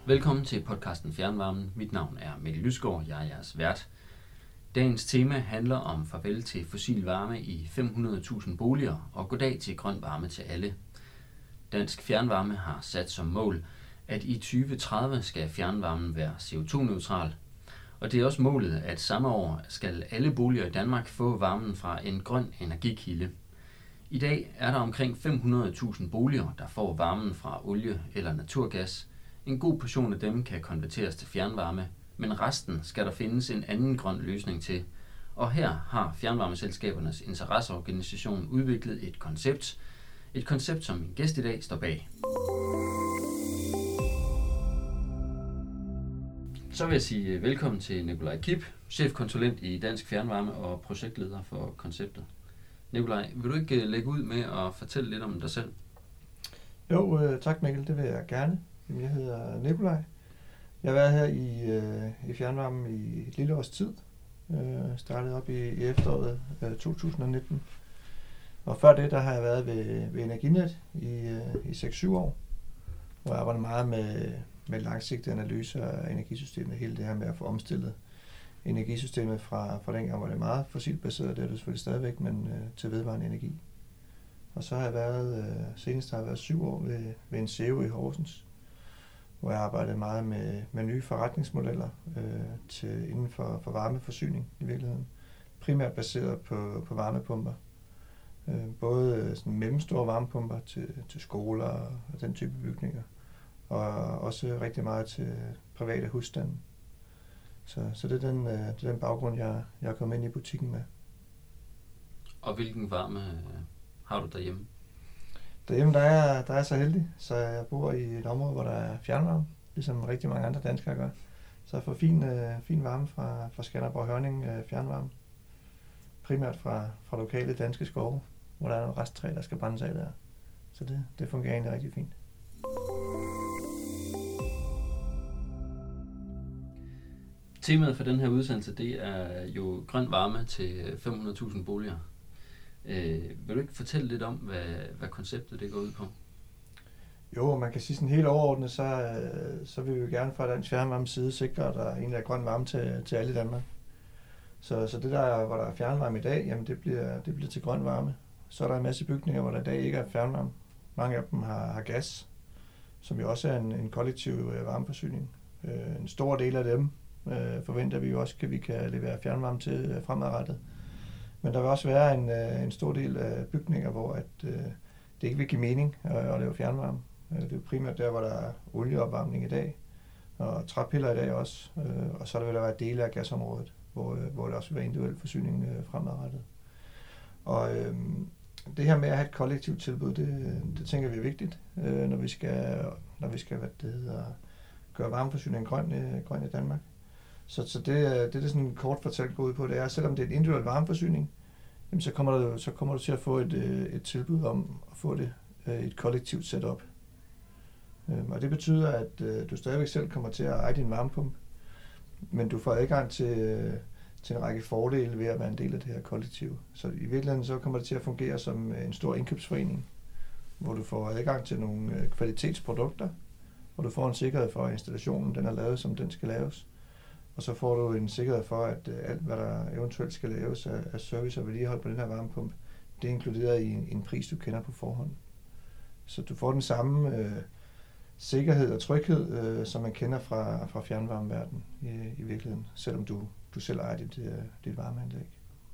Velkommen til podcasten Fjernvarmen. Mit navn er Mikkel Lysgaard, jeg er jeres vært. Dagens tema handler om farvel til fossil varme i 500.000 boliger og goddag til grøn varme til alle. Dansk Fjernvarme har sat som mål, at i 2030 skal fjernvarmen være CO2-neutral. Og det er også målet, at samme år skal alle boliger i Danmark få varmen fra en grøn energikilde. I dag er der omkring 500.000 boliger, der får varmen fra olie eller naturgas. En god portion af dem kan konverteres til fjernvarme, men resten skal der findes en anden grøn løsning til. Og her har fjernvarmeselskabernes interesseorganisation udviklet et koncept. Et koncept, som min gæst i dag står bag. Så vil jeg sige velkommen til Nikolaj Kip, chefkonsulent i Dansk Fjernvarme og projektleder for konceptet. Nikolaj, vil du ikke lægge ud med at fortælle lidt om dig selv? Jo, tak Mikkel, det vil jeg gerne. Jeg hedder Nikolaj. Jeg har været her i fjernvarmen i et lille års tid. Startede op i efteråret 2019. Og før det, der har jeg været ved Energinet i 6-7 år, hvor jeg arbejder meget med langsigtede analyser af energisystemet. Hele det her med at få omstillet energisystemet fra dengang, hvor det er meget fossilbaseret, det er det selvfølgelig stadigvæk, men til vedvarende energi. Og så har jeg senest har jeg været 7 år ved en CEO i Horsens, hvor jeg arbejdede meget med nye forretningsmodeller inden for varmeforsyning i virkeligheden. Primært baseret på varmepumper. Både sådan mellemstore varmepumper til skoler og den type bygninger. Og også rigtig meget til private husstande. Så det er den baggrund, jeg er kommet ind i butikken med. Og hvilken varme har du derhjemme? Derhjemme der er jeg så heldig, så jeg bor i et område, hvor der er fjernvarme, ligesom rigtig mange andre danskere gør. Så jeg får fin varme fra Skanderborg Hørning fjernvarme. Primært fra lokale danske skove, hvor der er nogle resttræ, der skal brændes af der. Så det fungerer egentlig rigtig fint. Temaet for den her udsendelse, det er jo grøn varme til 500.000 boliger. Vil du ikke fortælle lidt om, hvad konceptet det går ud på? Jo, man kan sige sådan helt overordnet, så vil vi jo gerne fra Dansk Fjernvarmes side sikre, at der egentlig er grøn varme til alle i Danmark. Så det der, hvor der er fjernvarme i dag, jamen det bliver til grøn varme. Så er der en masse bygninger, hvor der i dag ikke er fjernvarme. Mange af dem har gas, som jo også er en kollektiv varmeforsyning. En stor del af dem forventer vi jo også, at vi kan levere fjernvarme til fremadrettet. Men der vil også være en stor del af bygninger, hvor det ikke vil give mening at lave fjernvarme. Det er jo primært der, hvor der er olieopvarmning i dag, og træpiller i dag også. Og så vil der være dele af gasområdet, hvor der også vil være individuel forsyning fremadrettet. Og det her med at have et kollektivt tilbud, det tænker vi er vigtigt, når vi skal gøre varmeforsyningen grøn i Danmark. Så det sådan kort fortalt går ud på, det er, selvom det er en individuel varmeforsyning, jamen så kommer du til at få et tilbud om at få det et kollektivt setup. Og det betyder, at du stadigvæk selv kommer til at eje din varmepumpe, men du får adgang til en række fordele ved at være en del af det her kollektiv. Så i virkeligheden så kommer det til at fungere som en stor indkøbsforening, hvor du får adgang til nogle kvalitetsprodukter, hvor du får en sikkerhed for, at installationen den er lavet, som den skal laves. Og så får du en sikkerhed for, at alt, hvad der eventuelt skal laves af service og vedligehold på den her varmepumpe, det er inkluderet i en pris, du kender på forhånd. Så du får den samme sikkerhed og tryghed, som man kender fra fjernvarmeverdenen i virkeligheden, selvom du selv ejer dit varmeanlæg.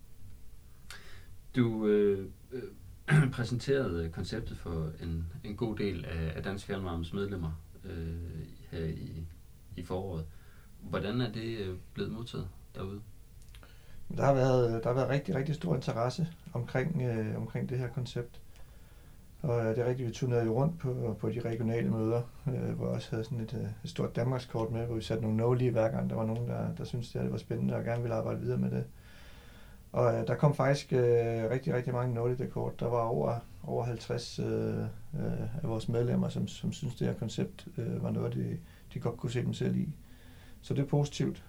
Du præsenterede konceptet for en god del af Dansk Fjernvarmes medlemmer her i foråret. Hvordan er det blevet modtaget derude? Der har været rigtig, rigtig stor interesse omkring det her koncept. Og det er rigtigt, vi turnerede rundt på de regionale møder, hvor jeg også havde sådan et stort Danmarkskort med, hvor vi satte nogle nålige hver gang. Der var nogen, der syntes, det var spændende og gerne ville arbejde videre med det. Og der kom faktisk rigtig, rigtig mange nålige kort. Der var over 50 af vores medlemmer, som syntes, det her koncept var noget, de godt kunne se dem selv i. Så det er positivt.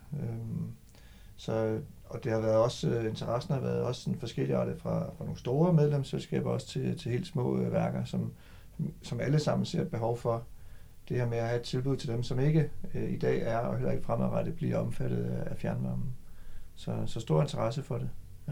Og det har været også, interessen har været også sådan forskelligartet fra nogle store medlemsselskaber også til helt små værker, som alle sammen ser et behov for det her med at have et tilbud til dem, som ikke i dag er, og heller ikke fremadrettet bliver omfattet af fjernvarmen. Så stor interesse for det. Ja.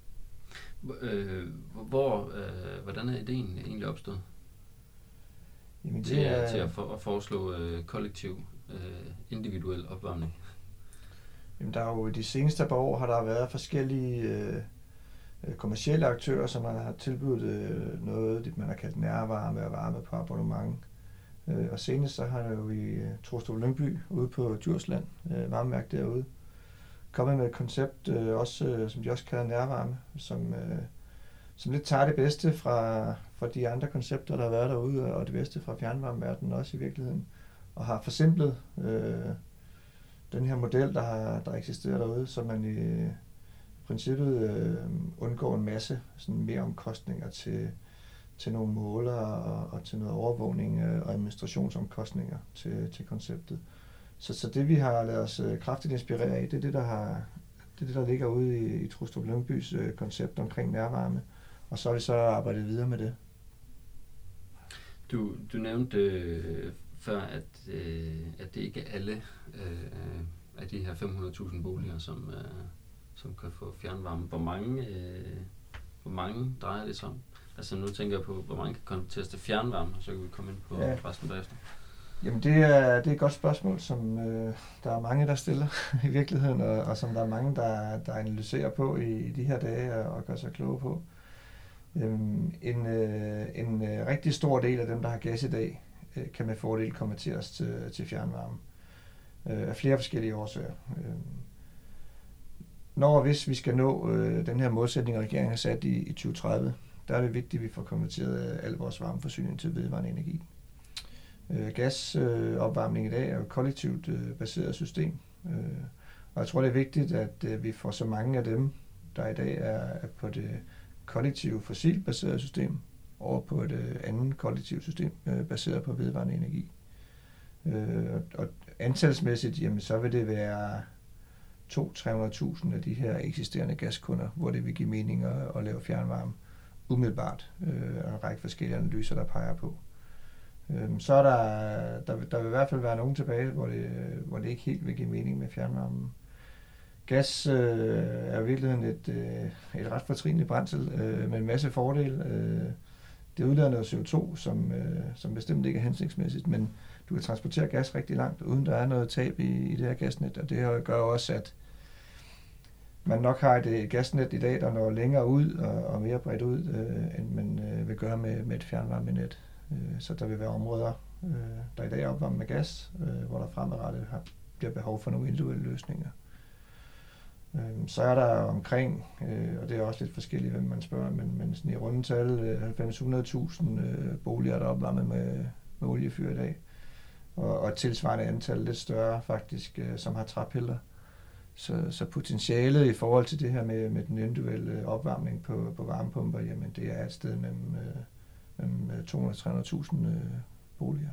Hvordan er ideen egentlig opstået? Jamen, til at foreslå kollektiv, individuel opvarmning? Jamen, der er jo i de seneste par år har der været forskellige kommercielle aktører, som har tilbudt noget, man har kaldt nærvarme og varme på abonnement. Og senest så har der jo i Trostrup Lyngby ude på Djursland, varmeværk derude, kommet med et koncept, også, som de også kalder nærvarme, som lidt tager det bedste fra de andre koncepter, der har været derude, og det bedste fra fjernvarmeverdenen også i virkeligheden, og har forsimplet den her model, der eksisterer derude, så man i princippet undgår en masse sådan mere omkostninger til nogle målere og til noget overvågning og administrationsomkostninger til konceptet. Så det vi har ladet os kraftigt inspirere af, det er det, der ligger ude i Trostrup Lyngbys koncept omkring nærvarme, og så har vi så arbejdet videre med det. Du nævnte før, at det ikke er alle af de her 500.000 boliger, som kan få fjernvarme. Hvor mange drejer det sig om? Altså nu tænker jeg på, hvor mange kan konverteres til fjernvarme, og så kan vi komme ind på resten bagefter. Jamen det er et godt spørgsmål, som der er mange, der stiller i virkeligheden, og som der er mange, der analyserer på i de her dage og gør sig kloge på. En rigtig stor del af dem, der har gas i dag, kan med fordel konverteres til fjernvarme af flere forskellige årsager. Når og hvis vi skal nå den her målsætning, regeringen har sat i 2030, der er det vigtigt, at vi får konverteret al vores varmeforsyning til vedvarende energi. Gasopvarmning i dag er jo et kollektivt baseret system, og jeg tror, det er vigtigt, at vi får så mange af dem, der i dag er på det kollektive fossilt baserede system, over på et andet kollektivt system baseret på vedvarende energi. Og antalsmæssigt, jamen, så vil det være 200-300.000 af de her eksisterende gaskunder, hvor det vil give mening at lave fjernvarme umiddelbart, og en række forskellige analyser, der peger på. Så er der vil i hvert fald være nogen tilbage, hvor det ikke helt vil give mening med fjernvarmen. Gas er i virkeligheden et ret fortrinligt brændsel med en masse fordele. Det udleder noget CO2, som bestemt ikke er hensigtsmæssigt, men du kan transportere gas rigtig langt, uden der er noget tab i det her gasnet, og det gør også, at man nok har et gasnet i dag, der når længere ud og mere bredt ud, end man vil gøre med et fjernvarmenet. Så der vil være områder, der i dag er opvarmet med gas, hvor der fremadrettet bliver behov for nogle individuelle løsninger. Så er der omkring, og det er også lidt forskelligt, hvem man spørger, men sådan i rundetal 90-100.000 boliger, der er opvarmet med oliefyr i dag. Og et tilsvarende antal lidt større faktisk, som har træpiller. Så potentialet i forhold til det her med den individuelle opvarmning på varmepumper, jamen det er et sted mellem 200-300.000 boliger.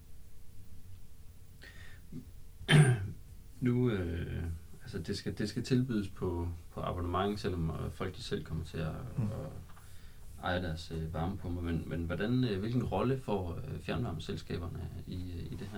Nu, altså det skal tilbydes på abonnement, selvom folk de selv kommer til at eje deres varmepumper, men hvilken rolle får fjernvarmeselskaberne i det her?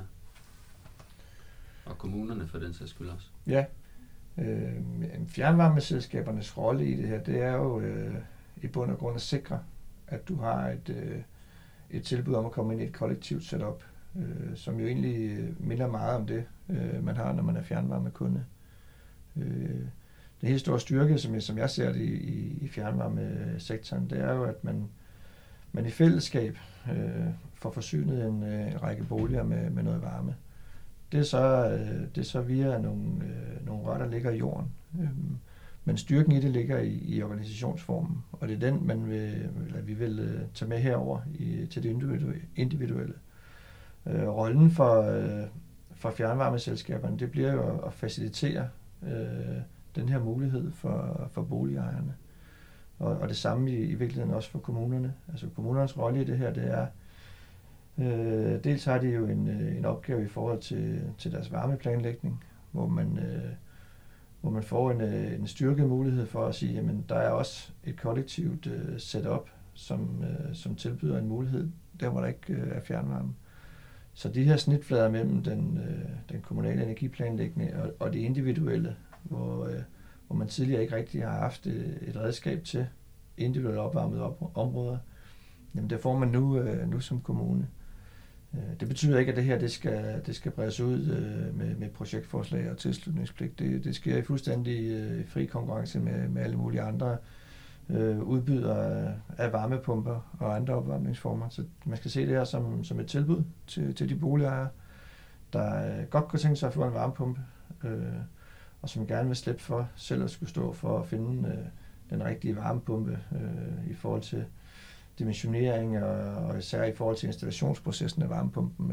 Og kommunerne for den sags skyld også? Ja, fjernvarmeselskabernes rolle i det her, det er jo i bund og grund at sikre, at du har et tilbud om at komme ind i et kollektivt setup, som jo egentlig minder meget om det, man har, når man er fjernvarmekunde. Den helt store styrke, som jeg ser det i fjernvarmesektoren, det er jo, at man i fællesskab får forsynet en række boliger med noget varme. Det er så via nogle rør, der ligger i jorden. Men styrken i det ligger i organisationsformen, og det er den, vi vil tage med herover til det individuelle. Rollen for fjernvarmeselskaberne, det bliver jo at facilitere den her mulighed for boligejerne. Og det samme i virkeligheden også for kommunerne. Altså kommunernes rolle i det her, det er, dels har de jo en opgave i forhold til deres varmeplanlægning, hvor man får en styrket mulighed for at sige, jamen der er også et kollektivt setup, som tilbyder en mulighed, der hvor der ikke er fjernvarme. Så de her snitflader mellem den kommunale energiplanlægning og det individuelle, hvor man tidligere ikke rigtig har haft et redskab til individuelt opvarmede områder, jamen det får man nu som kommune. Det betyder ikke, at det her det skal bredes ud med projektforslag og tilslutningspligt. Det sker i fuldstændig fri konkurrence med alle mulige andre udbydere af varmepumper og andre opvarmningsformer. Så man skal se det her som et tilbud til de boligejere, der godt kunne tænke sig at få en varmepumpe, og som gerne vil slippe for selv at skulle stå for at finde den rigtige varmepumpe i forhold til dimensionering og især i forhold til installationsprocessen af varmepumpen.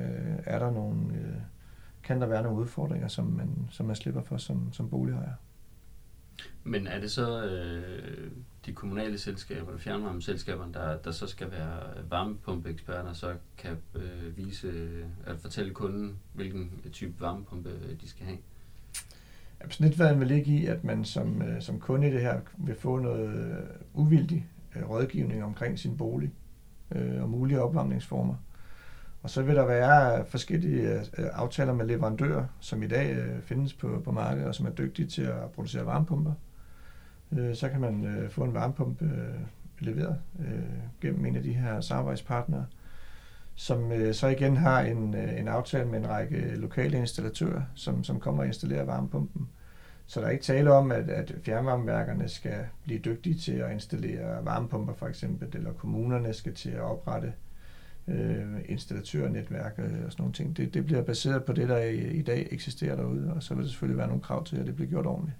Kan der være nogle udfordringer, som man slipper for som boligejer. Men er det så de kommunale selskaber, eller fjernvarmeselskaberne, der så skal være varmepumpeeksperter, så kan fortælle kunden, hvilken type varmepumpe de skal have? Ja, snitfladen vil ligge i, at man som kunde i det her vil få noget uvildig rådgivning omkring sin bolig og mulige opvarmningsformer. Og så vil der være forskellige aftaler med leverandører, som i dag findes på markedet, og som er dygtige til at producere varmepumper. Så kan man få en varmepumpe leveret gennem en af de her samarbejdspartnere, som så igen har en aftale med en række lokale installatører, som kommer og installerer varmepumpen. Så der er ikke tale om, at fjernvarmeværkerne skal blive dygtige til at installere varmepumper for eksempel, eller kommunerne skal til at oprette installatørnetværk og sådan nogle ting. Det bliver baseret på det, der i dag eksisterer derude, og så vil der selvfølgelig være nogle krav til, at det bliver gjort ordentligt.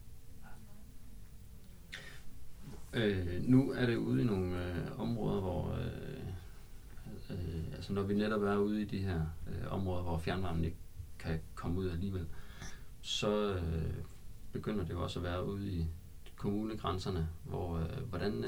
Nu er det ude i nogle områder, hvor altså når vi netop er ude i de her områder, hvor fjernvarmen ikke kan komme ud alligevel, så begynder det jo også at være ude i kommunegrænserne, hvor hvordan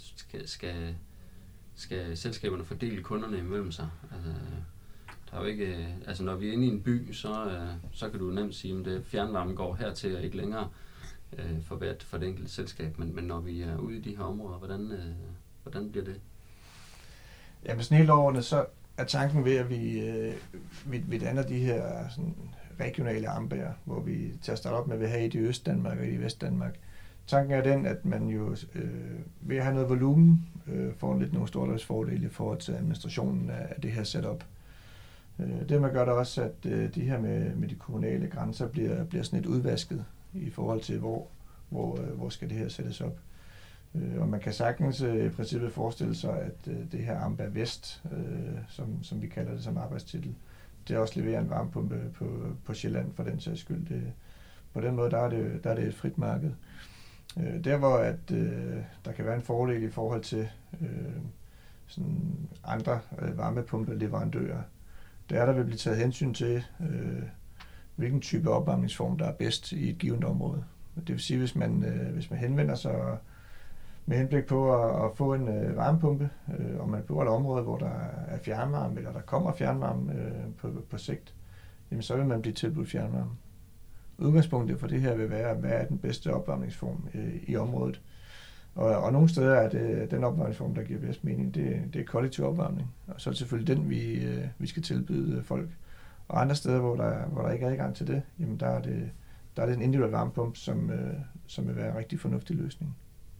skal selskaberne fordele kunderne imellem sig? Der er jo ikke, når vi er inde i en by, så kan du nemt sige, at det fjernvarmen går hertil og ikke længere for det enkelte selskab. Men når vi er ude i de her områder, hvordan bliver det? Jamen sådan helt overordnet, så er tanken ved, at vi danner de her sådan regionale ambager, hvor vi til at starte op med vil have i Østdanmark og i Vestdanmark. Tanken er den, at man jo ved at have noget volumen får lidt nogle stordriftsfordele i forhold til administrationen af det her setup. Det man gør der også, at de her med de kommunale grænser bliver sådan lidt udvasket i forhold til, hvor skal det her sættes op. Og man kan sagtens i princippet forestille sig, at det her Amba Vest, som vi kalder det som arbejdstitel, det også leverer en varmepumpe på Sjælland for den sags skyld. På den måde der er det et frit marked. Der hvor der kan være en fordel i forhold til sådan andre varmepumpeleverandører, der vil blive taget hensyn til, hvilken type opvarmningsform der er bedst i et givet område. Det vil sige, hvis man henvender sig med henblik på at få en varmepumpe, og man bor i et område, hvor der er fjernvarme, eller der kommer fjernvarme på sigt, jamen så vil man blive tilbudt fjernvarme. Udgangspunktet for det her vil være, hvad er den bedste opvarmningsform i området. Og nogle steder er det den opvarmningsform, der giver bedst mening, det er kollektiv opvarmning. Og så er det selvfølgelig den, vi skal tilbyde folk. Og andre steder, hvor der ikke er adgang til det, jamen der er det en individuel varmepumpe, som vil være en rigtig fornuftig løsning.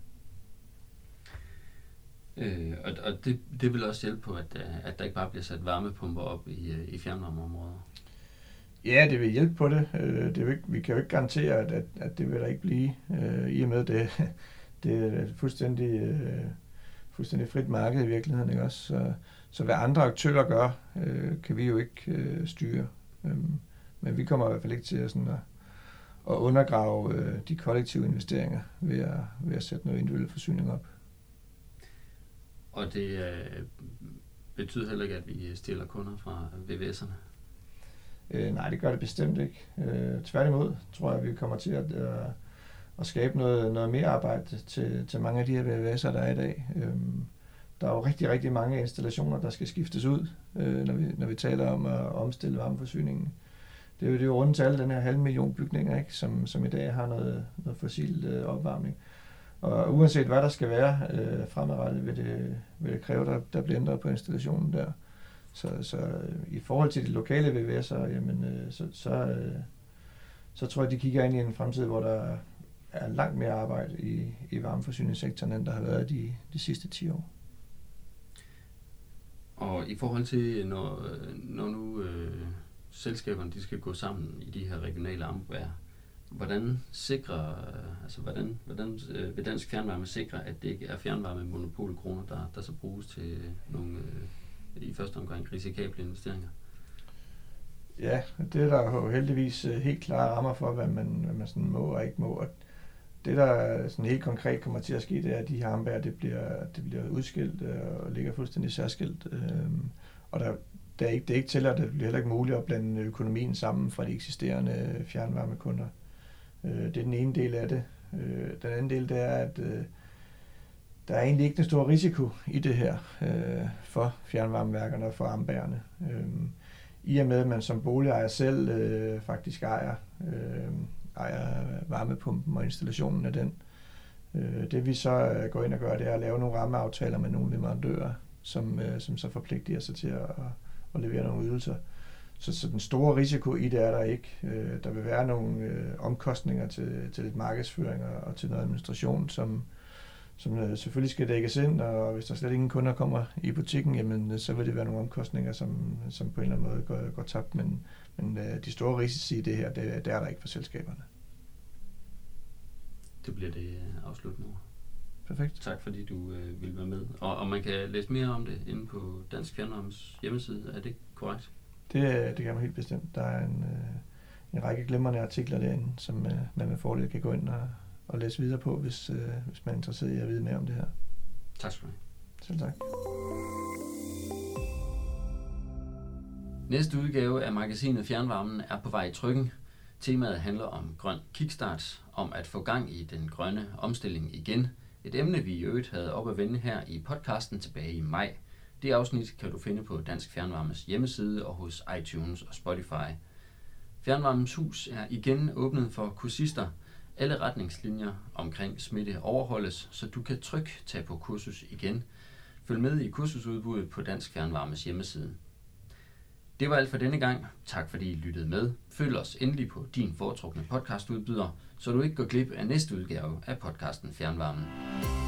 Og det vil også hjælpe på, at der ikke bare bliver sat varmepumper op i fjernvarmeområder? Ja, det vil hjælpe på det. Vi kan jo ikke garantere, at det vil der ikke blive, i og med det er et fuldstændig frit marked i virkeligheden, ikke også? Så hvad andre aktører gør, kan vi jo ikke styre. Men vi kommer i hvert fald ikke til at undergrave de kollektive investeringer ved at sætte noget individuel forsyning op. Og det betyder heller ikke, at vi stiller kunder fra VVS'erne? Nej, det gør det bestemt ikke. Tværtimod tror jeg, at vi kommer til at skabe noget mere arbejde til mange af de her VVS'er, der er i dag. Der er jo rigtig, rigtig mange installationer, der skal skiftes ud, når vi taler om at omstille varmeforsyningen. Det er jo rundt til alle den her 500.000 bygninger, ikke, som i dag har noget fossil opvarmning. Og uanset hvad der skal være fremadrettet, vil det kræve, der bliver ændret på installationen der. Så i forhold til de lokale VVS'er, jamen, så tror jeg, de kigger ind i en fremtid, hvor der er langt mere arbejde i varmeforsyningssektoren, end der har været de sidste 10 år. Og i forhold til, når nu selskaberne de skal gå sammen i de her regionale amværker, hvordan vil Dansk Fjernvarme sikre, at det ikke er fjernvarmemonopolkroner, der så bruges til nogle i første omgang risikable investeringer? Ja, det er der jo heldigvis helt klare rammer for, hvad man sådan må og ikke må. Og det, der sådan helt konkret kommer til at ske, det er, at de her amværker, det bliver udskilt og ligger fuldstændig særskilt. Og det er ikke til, at det bliver heller ikke muligt at blande økonomien sammen fra de eksisterende fjernvarmekunder. Det er den ene del af det. Den anden del, det er, at der er egentlig ikke den store risiko i det her for fjernvarmeværkerne og for amværkerne. I og med, at man som boligejer selv faktisk ejer varmepumpen og installationen af den. Det vi så går ind og gør, det er at lave nogle rammeaftaler med nogle leverandører, som så forpligter sig til at levere nogle ydelser. Så den store risiko i det er der ikke. Der vil være nogle omkostninger til lidt markedsføring og til noget administration, som selvfølgelig skal dækkes ind, og hvis der slet ingen kunder kommer i butikken, jamen, så vil det være nogle omkostninger, som på en eller anden måde går tabt. Men de store risici i det her, det er der ikke for selskaberne. Det bliver det afsluttende ord. Perfekt. Tak fordi du ville være med. Og man kan læse mere om det inde på Dansk Fjernvarmes hjemmeside. Er det korrekt? Det kan man helt bestemt. Der er en række glimrende artikler derinde, som man med fordel kan gå ind og læse videre på, hvis man er interesseret i at vide mere om det her. Tak skal du have. Selv tak. Næste udgave af magasinet Fjernvarmen er på vej i trykken. Temaet handler om grøn kickstart, om at få gang i den grønne omstilling igen. Et emne, vi i øvrigt havde op at vende her i podcasten tilbage i maj. Det afsnit kan du finde på Dansk Fjernvarmes hjemmeside og hos iTunes og Spotify. Fjernvarmens hus er igen åbnet for kursister. Alle retningslinjer omkring smitte overholdes, så du kan trygt tage på kursus igen. Følg med i kursusudbuddet på Dansk Fjernvarmes hjemmeside. Det var alt for denne gang. Tak fordi I lyttede med. Følg os endelig på din foretrukne podcastudbyder, så du ikke går glip af næste udgave af podcasten Fjernvarmen.